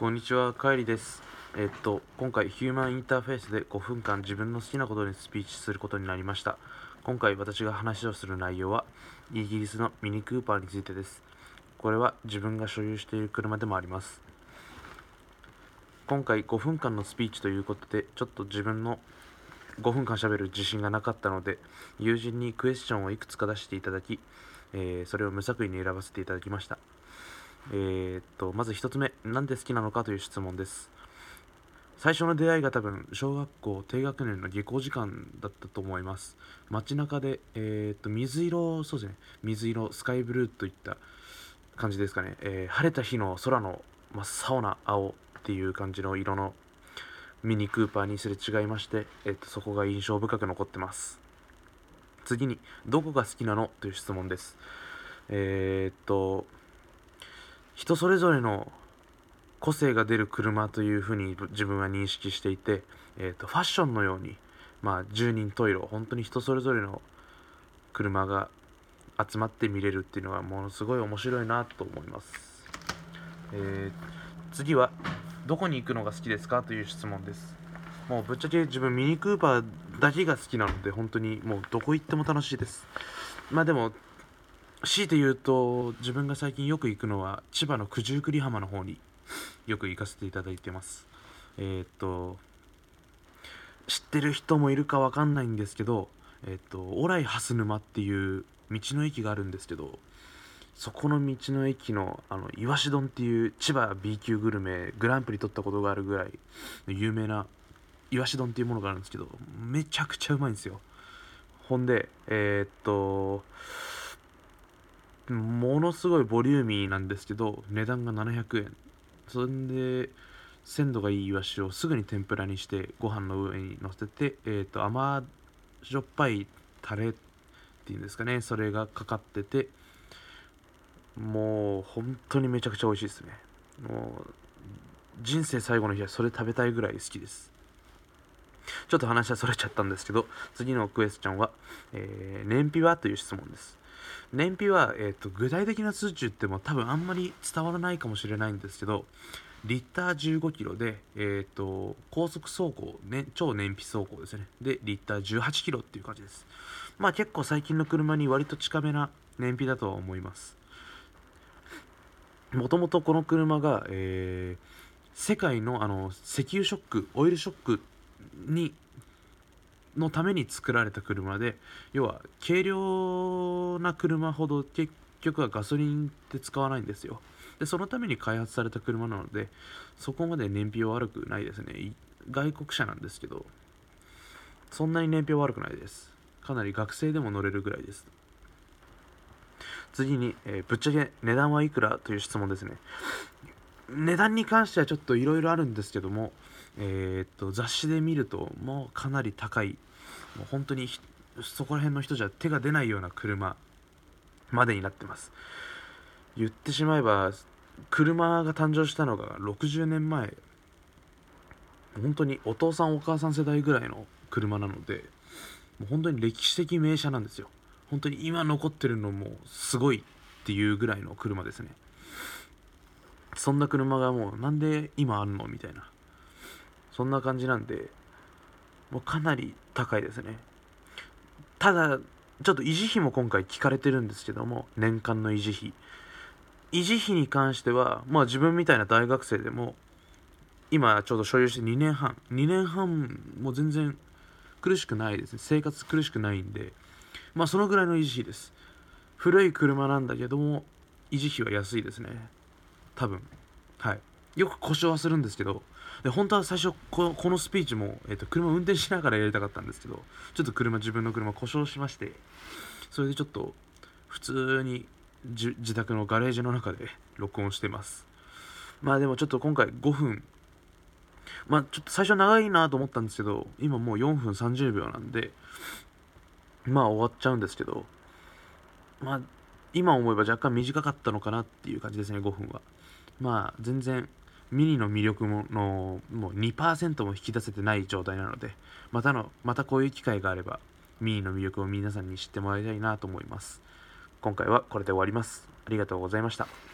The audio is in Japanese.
こんにちは、カイリです。今回ヒューマンインターフェースで5分間自分の好きなことにスピーチすることになりました。今回私が話をする内容は、イギリスのミニクーパーについてです。これは自分が所有している車でもあります。今回5分間のスピーチということで、ちょっと自分の5分間喋る自信がなかったので、友人にクエスチョンをいくつか出していただき、それを無作為に選ばせていただきました。まず一つ目、なんで好きなのかという質問です。最初の出会いが多分、小学校低学年の下校時間だったと思います。街中で、水色、そうですね、水色、スカイブルーといった感じですかね。晴れた日の空の真っ青な青っていう感じの色のミニクーパーにすれ違いまして、そこが印象深く残ってます。次に、どこが好きなのという質問です。人それぞれの個性が出る車というふうに自分は認識していて、ファッションのように、十人十色、本当に人それぞれの車が集まって見れるっていうのはものすごい面白いなと思います。次は、どこに行くのが好きですかという質問です。もうぶっちゃけ自分ミニクーパーだけが好きなので、本当にもうどこ行っても楽しいです。でも強いて言うと、自分が最近よく行くのは千葉の九十九里浜の方によく行かせていただいてます。知ってる人もいるかわかんないんですけど、オライ蓮沼っていう道の駅があるんですけど、そこの道の駅のイワシ丼っていう千葉 B 級グルメグランプリ取ったことがあるぐらい有名なイワシ丼っていうものがあるんですけど、めちゃくちゃうまいんですよ。ほんで、ものすごいボリューミーなんですけど、値段が700円。そんで、鮮度がいいイワシをすぐに天ぷらにしてご飯の上に乗せて、甘しょっぱいタレっていうんですかね、それがかかってて、もう本当にめちゃくちゃ美味しいですね。もう人生最後の日はそれ食べたいぐらい好きです。ちょっと話はそれちゃったんですけど、次のクエスチョンは、燃費はという質問です。燃費は、具体的な数値言っても多分あんまり伝わらないかもしれないんですけど、リッター15キロで、高速走行、ね、超燃費走行ですね。で、リッター18キロっていう感じです。結構最近の車に割と近めな燃費だとは思います。もともとこの車が、世界の石油ショック、オイルショックにのために作られた車で、要は軽量な車ほど結局はガソリンって使わないんですよ。でそのために開発された車なので、そこまで燃費は悪くないですね。外国車なんですけど、そんなに燃費は悪くないです。かなり学生でも乗れるぐらいです。次に、ぶっちゃけ値段はいくらという質問ですね。値段に関してはちょっといろいろあるんですけども、雑誌で見るともうかなり高い、もう本当にそこら辺の人じゃ手が出ないような車までになってます。言ってしまえば、車が誕生したのが60年前、本当にお父さんお母さん世代ぐらいの車なので、もう本当に歴史的名車なんですよ。本当に今残ってるのもすごいっていうぐらいの車ですね。そんな車がもうなんで今あるのみたいな、そんな感じなんで、もうかなり高いですね。ただちょっと維持費も今回聞かれてるんですけども、年間の維持費に関しては、自分みたいな大学生でも今ちょうど所有して2年半もう全然苦しくないですね。生活苦しくないんで、そのぐらいの維持費です。古い車なんだけども維持費は安いですね、多分。はい。よく故障はするんですけど、で本当は最初このスピーチも、車運転しながらやりたかったんですけど、ちょっと自分の車故障しまして、それでちょっと普通に自宅のガレージの中で録音してます。でもちょっと今回5分、ちょっと最初長いなと思ったんですけど、今もう4分30秒なんで、終わっちゃうんですけど、今思えば若干短かったのかなっていう感じですね、5分は。全然ミニの魅力もう2%も引き出せてない状態なので、またこういう機会があればミニの魅力を皆さんに知ってもらいたいなと思います。今回はこれで終わります。ありがとうございました。